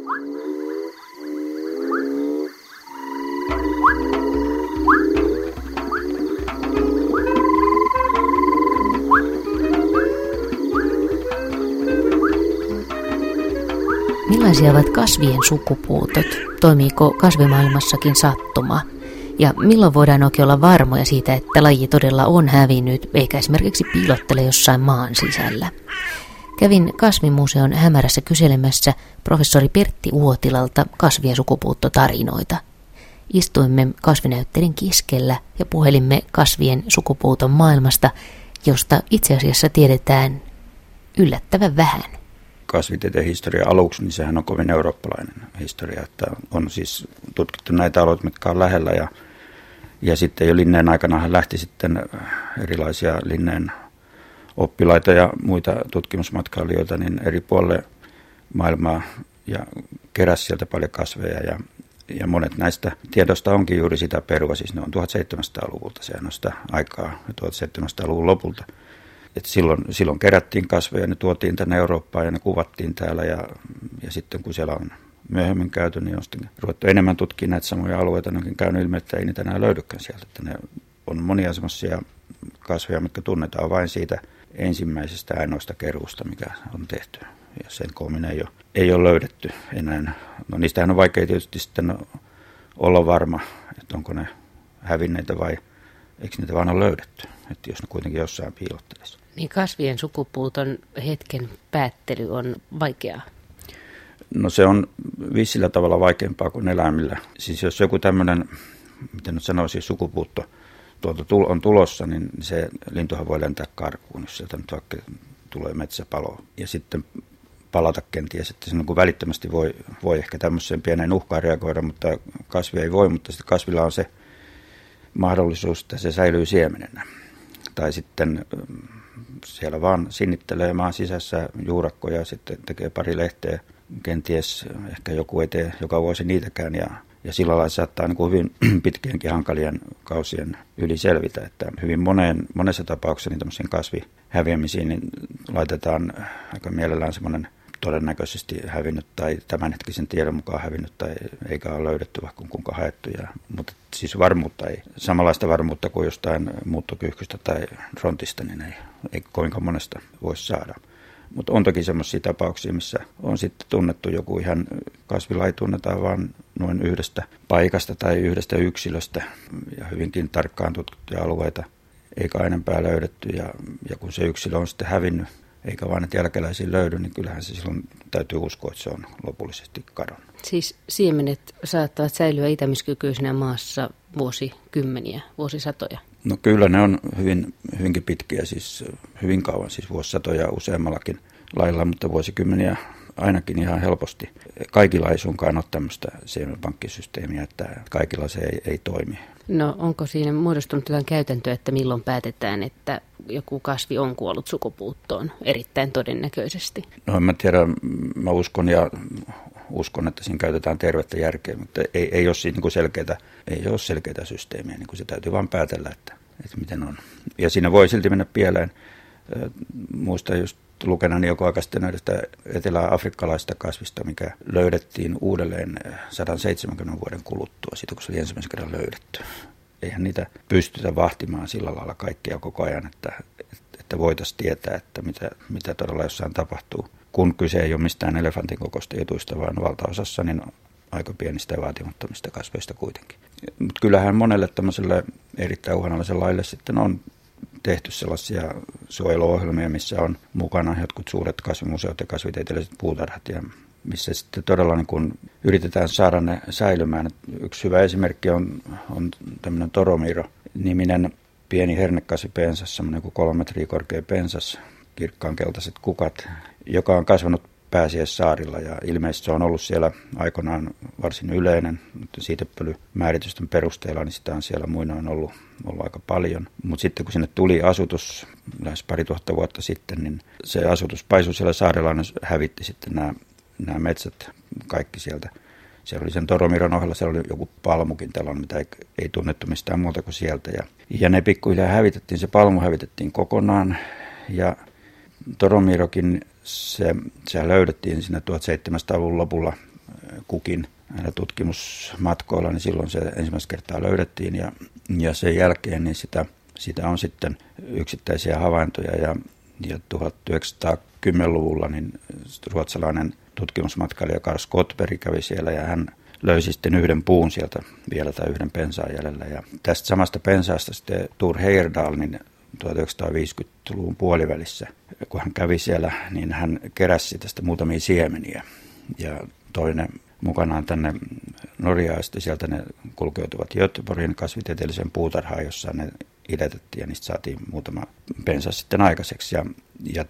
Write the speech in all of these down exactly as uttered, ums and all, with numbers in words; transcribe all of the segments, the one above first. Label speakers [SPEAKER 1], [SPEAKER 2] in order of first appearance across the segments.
[SPEAKER 1] Millaisia ovat kasvien sukupuutot? Toimiiko kasvimaailmassakin sattuma? Ja milloin voidaan oikein olla varmoja siitä, että laji todella on hävinnyt, eikä esimerkiksi piilottele jossain maan sisällä? Kävin Kasvimuseon Hämärässä kyselemässä professori Pertti Uotilalta kasvien sukupuuttotarinoita. Istuimme kasvinäytteiden keskellä ja puhelimme kasvien sukupuuton maailmasta, josta itse asiassa tiedetään yllättävän vähän.
[SPEAKER 2] Kasvitieteen historia aluksi, niin sehän on kovin eurooppalainen historia, että on siis tutkittu näitä aloita, mitkä on lähellä ja, ja sitten jo Linneen aikana lähti sitten erilaisia Linneen oppilaita ja muita tutkimusmatkailijoita niin eri puolille maailmaa ja keräsi sieltä paljon kasveja ja, ja monet näistä tiedosta onkin juuri sitä perua, siis ne on tuhatseitsemänsataaluvulta, sehän on sitä aikaa tuhatseitsemänsataaluvun lopulta. Et silloin, silloin kerättiin kasveja, ne tuotiin tänne Eurooppaan ja ne kuvattiin täällä ja, ja sitten kun siellä on myöhemmin käyty, niin on sitten ruvettu enemmän tutkimaan näitä samoja alueita, niin onkin käynyt ilmi, että ei niitä enää löydykään sieltä. Että ne on monia semmoisia kasveja, mitkä tunnetaan vain siitä ensimmäisestä ainoasta keruusta, mikä on tehty. Ja sen koommin ei ole, ei ole löydetty enää. No niistähän on vaikea tietysti sitten olla varma, että onko ne hävinneitä vai eikö niitä vaan ole löydetty, että jos ne kuitenkin jossain piilottelisi.
[SPEAKER 1] Niin kasvien sukupuuton hetken päättely on vaikeaa?
[SPEAKER 2] No se on vissillä tavalla vaikeampaa kuin eläimillä. Siis jos joku tämmöinen, miten nyt sanoisin, sukupuutto tuolta on tulossa, niin se lintuhan voi lentää karkuun, jos sieltä nyt vaikka tulee metsäpalo. Ja sitten palata kenties, että se niin välittömästi voi, voi ehkä tämmöiseen pieneen uhkaan reagoida, mutta kasvi ei voi, mutta sitten kasvilla on se mahdollisuus, että se säilyy siemenenä. Tai sitten siellä vaan sinnittelee maan sisässä juurakkoja ja sitten tekee pari lehteä. Kenties ehkä joku ei tee joka vuosi niitäkään ja, ja sillä lailla saattaa niin kuin hyvin pitkienkin hankalien kausien yli selvitä. Että hyvin moneen, monessa tapauksessa niin tämmöisiin kasvihäviämisiin niin laitetaan aika mielellään semmoinen todennäköisesti hävinnyt tai tämänhetkisen tiedon mukaan hävinnyt tai eikä ole löydetty vaikka kuinka haettu. Ja, mutta siis varmuutta ei, samanlaista varmuutta kuin jostain muuttokyyhkystä tai frontista, niin ei, ei kovinkaan monesta voisi saada. Mutta on toki semmoisia tapauksia, missä on sitten tunnettu joku ihan kasvilaji tunnetaan vaan noin yhdestä paikasta tai yhdestä yksilöstä ja hyvinkin tarkkaan tutkittuja alueita eikä ainenpää löydetty ja, ja kun se yksilö on sitten hävinnyt, eikä vaan että jälkeläisiin löydy, niin kyllähän se silloin täytyy uskoa, että se on lopullisesti kadonnut.
[SPEAKER 1] Siis siemenet saattavat säilyä itämiskykyisenä maassa vuosikymmeniä, vuosisatoja?
[SPEAKER 2] No kyllä ne on hyvin, hyvinkin pitkiä, siis hyvin kauan, siis vuosisatoja useammallakin lailla, mutta vuosikymmeniä ainakin ihan helposti. Kaikilla ei suinkaan ole tämmöistä siemenpankkisysteemiä, että kaikilla se ei, ei toimi.
[SPEAKER 1] No onko siinä muodostunut jotain käytäntöä, että milloin päätetään, että joku kasvi on kuollut sukupuuttoon erittäin todennäköisesti?
[SPEAKER 2] No en mä tiedä, mä uskon ja uskon, että siinä käytetään tervettä järkeä, mutta ei, ei ole siinä niin kuin selkeitä, ei ole selkeitä systeemiä, niin kuin se täytyy vaan päätellä, että, että miten on. Ja siinä voi silti mennä pieleen. Muistan just lukenani joku aika sitten näistä etelä-afrikkalaista kasvista, mikä löydettiin uudelleen sata seitsemänkymmentä vuoden kuluttua, siitä kun se oli ensimmäisen kerran löydetty. Eihän niitä pystytä vahtimaan sillä lailla kaikkea koko ajan, että, että voitaisiin tietää, että mitä, mitä todella jossain tapahtuu. Kun kyse ei ole mistään elefantin kokoista jutuista, vaan valtaosassa, niin aika pienistä ja vaatimattomista kasveista kuitenkin. Mutta kyllähän monelle tämmöiselle erittäin uhanalaiselle lajille sitten on tehty sellaisia suojeluohjelmia, missä on mukana jotkut suuret kasvimuseot ja kasvitieteelliset puutarhat, ja missä sitten todella niin kun yritetään saada ne säilymään. Yksi hyvä esimerkki on, on tämmöinen Toromiro-niminen pieni hernekasvipensas, semmoinen kuin kolme metriä korkea pensas, kirkkaankeltaiset kukat, joka on kasvanut Pääsiäissaarilla ja ilmeisesti se on ollut siellä aikoinaan varsin yleinen, mutta siitepölymääritysten perusteella niin sitä on siellä muinoin ollut, ollut aika paljon. Mutta sitten kun sinne tuli asutus lähes pari tuhatta vuotta sitten, niin se asutus paisui siellä saarella ja hävitti sitten nämä, nämä metsät kaikki sieltä. Siellä oli sen Toromiron ohella, siellä oli joku palmukin talon, mitä ei, ei tunnettu mistään muuta kuin sieltä. Ja, ja ne pikkuhiljaa hävitettiin, se palmu hävitettiin kokonaan ja Toromirokin, se, se löydettiin siinä tuhatseitsemänsataaluvun lopulla kukin näillä tutkimusmatkoilla, niin silloin se ensimmäistä kertaa löydettiin ja, ja sen jälkeen niin sitä, sitä on sitten yksittäisiä havaintoja ja, ja tuhatyhdeksänsataakymmenluvulla niin ruotsalainen tutkimusmatkailija Karl Skottberg kävi siellä ja hän löysi sitten yhden puun sieltä vielä tai yhden pensaan jäljellä. Ja tästä samasta pensaasta sitten Thor Heyerdahl niin tuhatyhdeksänsataaviisikymmentäluvun puolivälissä, kun hän kävi siellä, niin hän keräsi tästä muutamia siemeniä ja toinen mukanaan tänne Norjaan ja sitten sieltä ne kulkeutuvat Göteborgin kasvitieteelliseen puutarhaan, jossa ne idätettiin ja niistä saatiin muutama pensa sitten aikaiseksi. Ja, ja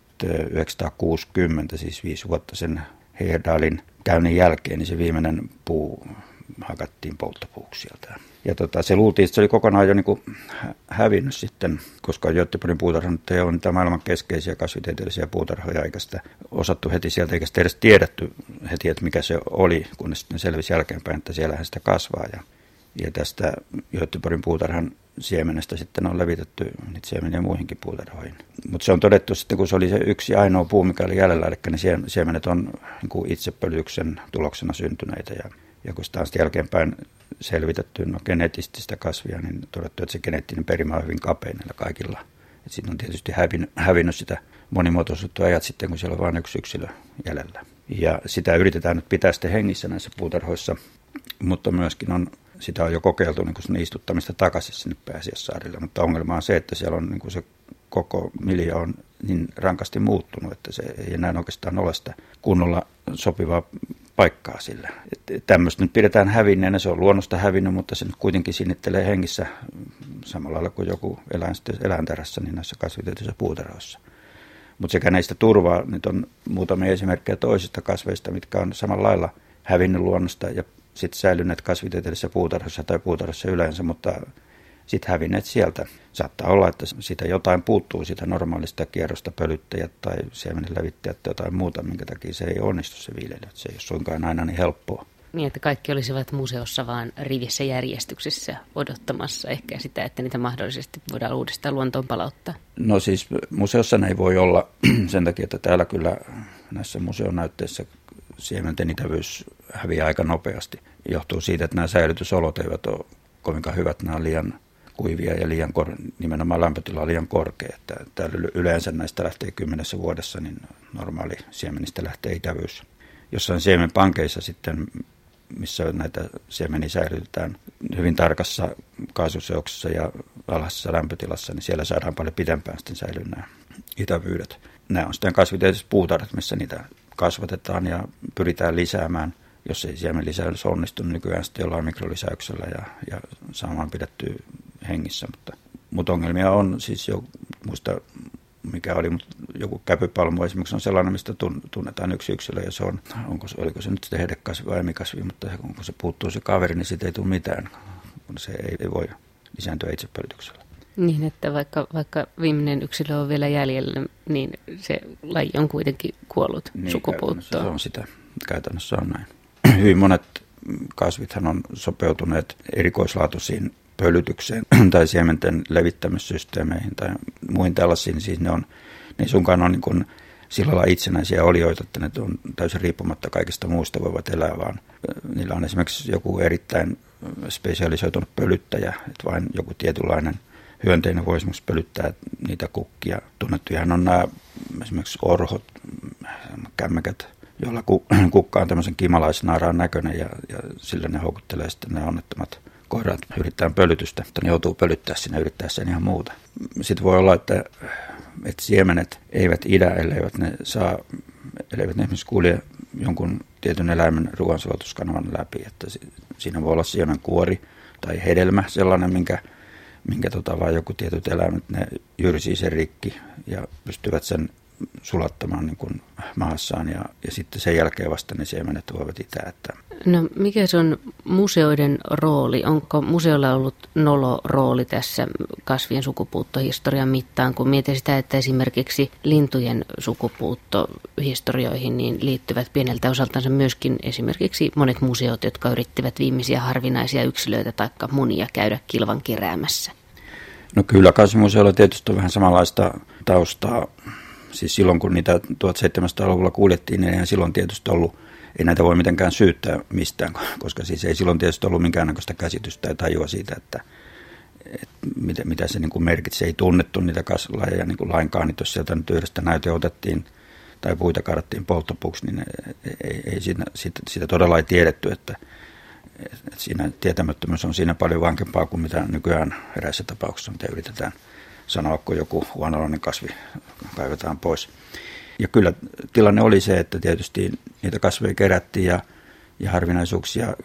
[SPEAKER 2] tuhatyhdeksänsataakuusikymmentä, siis viisi vuotta sen Heyerdahlin käynnin jälkeen, niin se viimeinen puu hakattiin polttopuuksi sieltä. Ja tota, se luultiin, että se oli kokonaan jo niin kuin hävinnyt sitten, koska Göteborgin puutarha nyt ei ole niitä maailman keskeisiä kasvitieteellisiä puutarhoja, eikä sitä osattu heti sieltä, eikä sitä edes tiedetty heti, että mikä se oli, kunnes sitten selvisi jälkeenpäin, että siellähän sitä kasvaa. Ja, ja tästä Göteborgin puutarhan siemenestä sitten on levitetty niitä siemeniä muihinkin puutarhoihin. Mutta se on todettu sitten, kun se oli se yksi ainoa puu, mikä oli jäljellä, eli ne siemenet on niin kuin itsepölytyksen tuloksena syntyneitä. Ja, ja kun sitä on sitten jälkeenpäin selvitetty no, geneettisesti sitä kasvia, niin todettu, että se geneettinen perimä on hyvin kapea näillä kaikilla. Sitten on tietysti hävinnyt, hävinnyt sitä monimuotoisuutta ajat sitten, kun siellä on vain yksi yksilö jäljellä. Ja sitä yritetään nyt pitää sitten hengissä näissä puutarhoissa, mutta myöskin on sitä on jo kokeiltu niin kuin istuttamista takaisin sinne Pääsiäissaarille, mutta ongelma on se, että siellä on niin kuin se koko miljöö on niin rankasti muuttunut, että se ei enää oikeastaan ole sitä kunnolla sopivaa paikkaa sillä. Et tämmöistä nyt pidetään hävinneenä, se on luonnosta hävinnyt, mutta se nyt kuitenkin sinnittelee hengissä samalla lailla kuin joku eläin eläintärässä niin näissä kasvitieteellisissä puutarhoissa. Mutta sekä näistä turvaa, nyt on muutamia esimerkkejä toisista kasveista, mitkä on samalla lailla hävinnyt luonnosta ja sitten säilyneet kasvitieteellisessä puutarhassa tai puutarhassa yleensä, mutta sitten hävinneet sieltä. Saattaa olla, että sitä jotain puuttuu, sitä normaalista kierrosta, pölyttäjät tai siemenen levittäjät tai jotain muuta, minkä takia se ei onnistu se viljely. Se ei ole suinkaan aina niin helppoa.
[SPEAKER 1] Niin, että kaikki olisivat museossa vaan rivissä järjestyksessä odottamassa ehkä sitä, että niitä mahdollisesti voidaan uudestaan luontoon palauttaa.
[SPEAKER 2] No siis museossa ne ei voi olla sen takia, että täällä kyllä näissä museonäytteissä siementen itävyys häviää aika nopeasti. Johtuu siitä, että nämä säilytysolot eivät ole kovinkaan hyvät, nämä on liian kuivia ja liian kor- nimenomaan lämpötila on liian korkea. Että täällä yleensä näistä lähtee kymmenessä vuodessa, niin normaali siemenistä lähtee itävyys. Jossain siemenpankeissa sitten, missä näitä siemeniä säilytetään hyvin tarkassa kaasuseoksessa ja alhaisessa lämpötilassa, niin siellä saadaan paljon pitempään sitten säilyä nämä itävyydet. Nämä on sitten kasvitieteelliset puutarhat, missä niitä kasvatetaan ja pyritään lisäämään. Jos ei siemen lisäys onnistu, niin nykyään sitten jollain mikrolisäyksellä ja, ja saamaan pidettyä hengissä. Mutta, mutta ongelmia on siis jo, muista mikä oli, mutta joku käpypalmu esimerkiksi on sellainen, mistä tunnetaan yksi yksilö ja se on, onko, oliko se nyt sitten hehdekasvi vai emikasvi, mutta kun se puuttuu se kaveri, niin siitä ei tule mitään, kun se ei, ei voi lisääntyä itsepölytyksellä.
[SPEAKER 1] Niin, että vaikka, vaikka viimeinen yksilö on vielä jäljellä, niin se laji on kuitenkin kuollut niin, sukupuuttoon.
[SPEAKER 2] Se on sitä. Käytännössä on näin. Hyvin monet kasvithan on sopeutuneet erikoislaatuisiin pölytykseen tai siementen levittämissysteemeihin tai muihin tällaisiin. Siis ne, on, ne sunkaan on niin kuin sillä lailla itsenäisiä olioita, että ne on täysin riippumatta kaikista muusta voivat elää, vaan niillä on esimerkiksi joku erittäin spesialisoitunut pölyttäjä, että vain joku tietynlainen hyönteinen voi esimerkiksi pölyttää niitä kukkia. Tunnettujahan on nämä esimerkiksi orhot, kämmäkät, joilla kukka on tämmöisen kimalaisnaaraan näköinen ja, ja sillä ne houkuttelee sitten ne onnettomat koirat yrittää pölytystä, mutta ne joutuu pölyttää sinne yrittää sen ihan muuta. Sitten voi olla, että, että siemenet eivät idä, elleivät ne saa, elleivät ne esimerkiksi kulje jonkun tietyn eläimen ruoansulaituskanavan läpi, että siinä voi olla siemen kuori tai hedelmä sellainen, minkä minkä tota, vaan joku tietyt eläimet, ne jyrsii sen rikki ja pystyvät sen sulattamaan niin kuin maassaan ja, ja sitten sen jälkeen vasta ne siemenet voivat itää. Että.
[SPEAKER 1] No mikä se on museoiden rooli? Onko museolla ollut nolo-rooli tässä kasvien sukupuuttohistorian mittaan, kun mietin sitä, että esimerkiksi lintujen sukupuuttohistorioihin niin liittyvät pieneltä osaltansa myöskin esimerkiksi monet museot, jotka yrittivät viimeisiä harvinaisia yksilöitä tai munia käydä kilvan keräämässä.
[SPEAKER 2] No kyllä kasvimuseolla tietysti on vähän samanlaista taustaa. Siis silloin kun niitä tuhatseitsemänsataaluvulla kuljettiin, niin eihän silloin tietysti ollut ei näitä voi mitenkään syyttää mistään, koska siis ei silloin tietysti ollut minkäännäköistä käsitystä tai tajua siitä, että, että mitä, mitä se niin kuin merkitsi. Ei tunnettu niitä kasvilajeja niin kuin lainkaan, niin jos sieltä nyt yhdestä näyte otettiin tai puita kaadettiin polttopuuksi, niin ei, ei siinä, siitä, siitä todella ei tiedetty, että, että siinä tietämättömyys on siinä paljon vankempaa kuin mitä nykyään eräissä tapauksissa, mitä yritetään sanoa, kun joku huonolainen kasvi kaivetaan pois. Ja kyllä tilanne oli se, että tietysti niitä kasveja kerättiin ja, ja harvinaisuuksia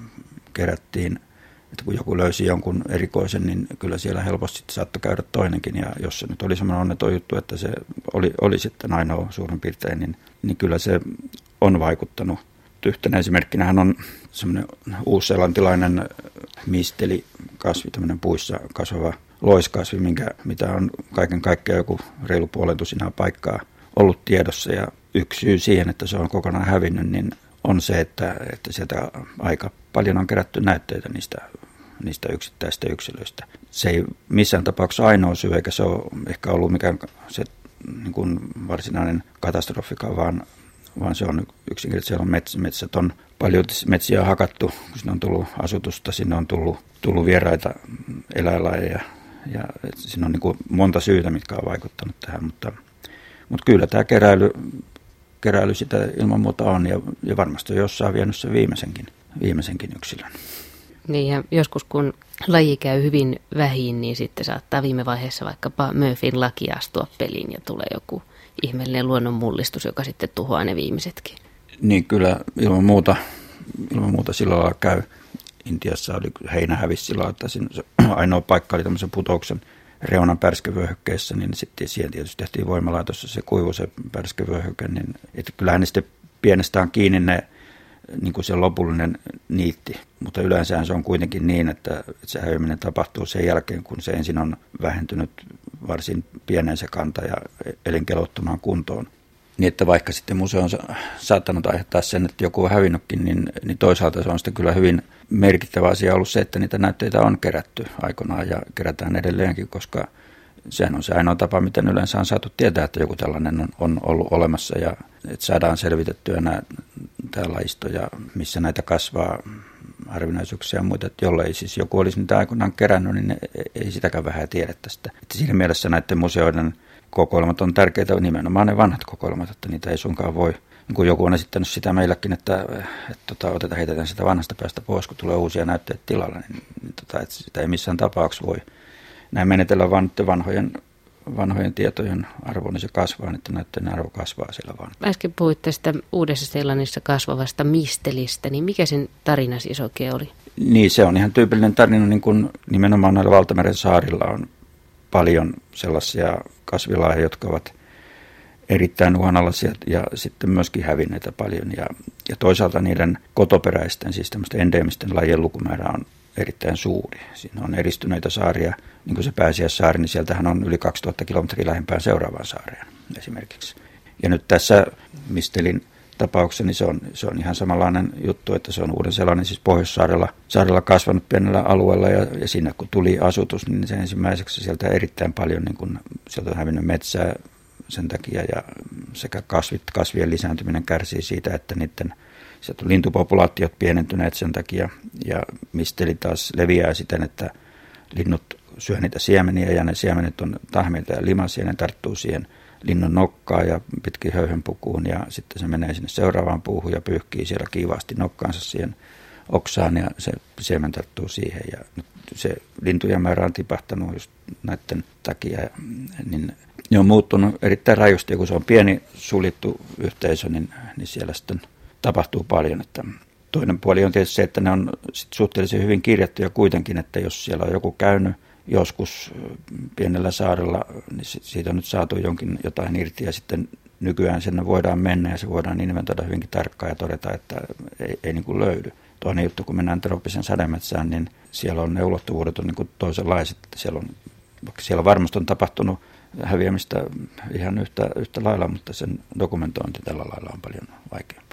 [SPEAKER 2] kerättiin. Että kun joku löysi jonkun erikoisen, niin kyllä siellä helposti saattoi käydä toinenkin. Ja jos se nyt oli semmoinen onneton juttu, että se oli, oli sitten ainoa suurin piirtein, niin, niin kyllä se on vaikuttanut. Yhtenä esimerkkinähän on semmoinen uusseelantilainen mistelikasvi, tämmöinen puissa kasvava loiskasvi, minkä, mitä on kaiken kaikkiaan joku reilu puolentusinaa paikkaa ollut tiedossa. Ja yksi syy siihen, että se on kokonaan hävinnyt, niin on se, että, että sieltä aika paljon on kerätty näytteitä niistä, niistä yksittäisistä yksilöistä. Se ei missään tapauksessa ainoa syy, eikä se ole ehkä ollut mikään se niin kuin varsinainen katastrofikaan, vaan, vaan se on yksinkertaisesti, siellä on metsä, metsät on paljon metsiä hakattu, kun sinne on tullut asutusta, sinne on tullut, tullut vieraita eläinlajeja ja siinä on niin kuin monta syytä, mitkä on vaikuttanut tähän, mutta, mutta kyllä tämä keräily, keräily sitä ilman muuta on ja, ja varmasti jossain vienyt sen viimeisenkin, viimeisenkin yksilön.
[SPEAKER 1] Niin ja joskus kun laji käy hyvin vähin, niin sitten saattaa viime vaiheessa vaikkapa Murphyn laki astua peliin ja tulee joku ihmeellinen luonnonmullistus, joka sitten tuhoaa ne viimeisetkin.
[SPEAKER 2] Niin kyllä ilman muuta, ilman muuta sillä lailla käy. Intiassa oli heinä hävisi sillä lailla, että siinä ainoa paikka oli tämmöisen putouksen reunan pärskevyöhykkeessä, niin sitten siihen tietysti tehtiin voimalaitossa se kuivu se pärskevyöhyke, niin että kyllähän ne sitten pienestään kiinni ne niin kuin se lopullinen niitti, mutta yleensä se on kuitenkin niin, että se häviäminen tapahtuu sen jälkeen, kun se ensin on vähentynyt varsin pienen se kanta ja elinkelvottomaan kuntoon. Niin, että vaikka sitten museo on saattanut aiheuttaa sen, että joku on hävinnytkin, niin, niin toisaalta se on sitten kyllä hyvin merkittävä asia ollut se, että niitä näytteitä on kerätty aikoinaan ja kerätään edelleenkin, koska sehän on se ainoa tapa, miten yleensä on saatu tietää, että joku tällainen on, on ollut olemassa ja että saadaan selvitettyä nämä, tämä lajisto ja missä näitä kasvaa, harvinaisuuksia ja muita, että jollei siis joku olisi niitä aikoinaan kerännyt, niin ei sitäkään vähän tiedetä sitä. Että siinä mielessä näiden museoiden kokoelmat on tärkeitä, nimenomaan ne vanhat kokoelmat, että niitä ei suinkaan voi, niin kuin joku on esittänyt sitä meilläkin, että, että, että otetaan, heitetään sitä vanhasta päästä pois, kun tulee uusia näytteitä tilalle, niin, niin tota, että sitä ei missään tapauksessa voi näin menetellä, vaan vanhojen, vanhojen tietojen arvo, niin se kasvaa, että näytteiden arvo kasvaa siellä vaan.
[SPEAKER 1] Äsken puhuit tästä Uudessa-Seelannissa kasvavasta mistelistä, niin mikä sen tarina siis oikein oli?
[SPEAKER 2] Niin, se on ihan tyypillinen tarina, niin kuin nimenomaan näillä Valtameren saarilla on paljon sellaisia kasvilajeja, jotka ovat erittäin uhanalaisia ja sitten myöskin hävinneitä paljon. Ja, ja toisaalta niiden kotoperäisten, siis tämmöisten endeemisten lajien lukumäärä on erittäin suuri. Siinä on eristyneitä saaria, niin kuin se Pääsiäissaari, niin sieltähän on yli kaksituhatta kilometriä lähempään seuraavaan saareen esimerkiksi. Ja nyt tässä mistelin tapauksessa niin se on, se on ihan samanlainen juttu, että se on Uuden-Seelannin, siis Pohjois-saarella saarella kasvanut pienellä alueella ja, ja siinä kun tuli asutus, niin se ensimmäiseksi sieltä erittäin paljon, niin kun sieltä on hävinnyt metsää sen takia ja sekä kasvit, kasvien lisääntyminen kärsii siitä, että niiden sieltä on lintupopulaatiot pienentyneet sen takia ja misteli taas leviää siten, että linnut syö niitä siemeniä ja ne siemenet on tahmeita ja limaisia, ne tarttuu siihen linnun nokkaa ja pitkin höyhenpukuun ja sitten se menee sinne seuraavaan puuhun ja pyyhkii siellä kiivaasti nokkaansa siihen oksaan ja se siemen tarttuu siihen ja nyt se lintujen määrä on tipahtanut just näiden takia, niin ne on muuttunut erittäin rajusti ja kun se on pieni suljettu yhteisö, niin, niin siellä sitten tapahtuu paljon. Että toinen puoli on tietysti se, että ne on sit suhteellisen hyvin kirjattuja kuitenkin, että jos siellä on joku käynyt joskus pienellä saarella, niin siitä on nyt saatu jonkin jotain irti ja sitten nykyään sinne voidaan mennä ja se voidaan inventoida hyvinkin tarkkaan ja todeta, että ei, ei niin kuin löydy. Toinen juttu, kun mennään trooppisen sademetsään, niin siellä on ne ulottuvuudet on niin kuin toisenlaiset. Siellä on, siellä varmasti on tapahtunut häviämistä ihan yhtä, yhtä lailla, mutta sen dokumentointi tällä lailla on paljon vaikeaa.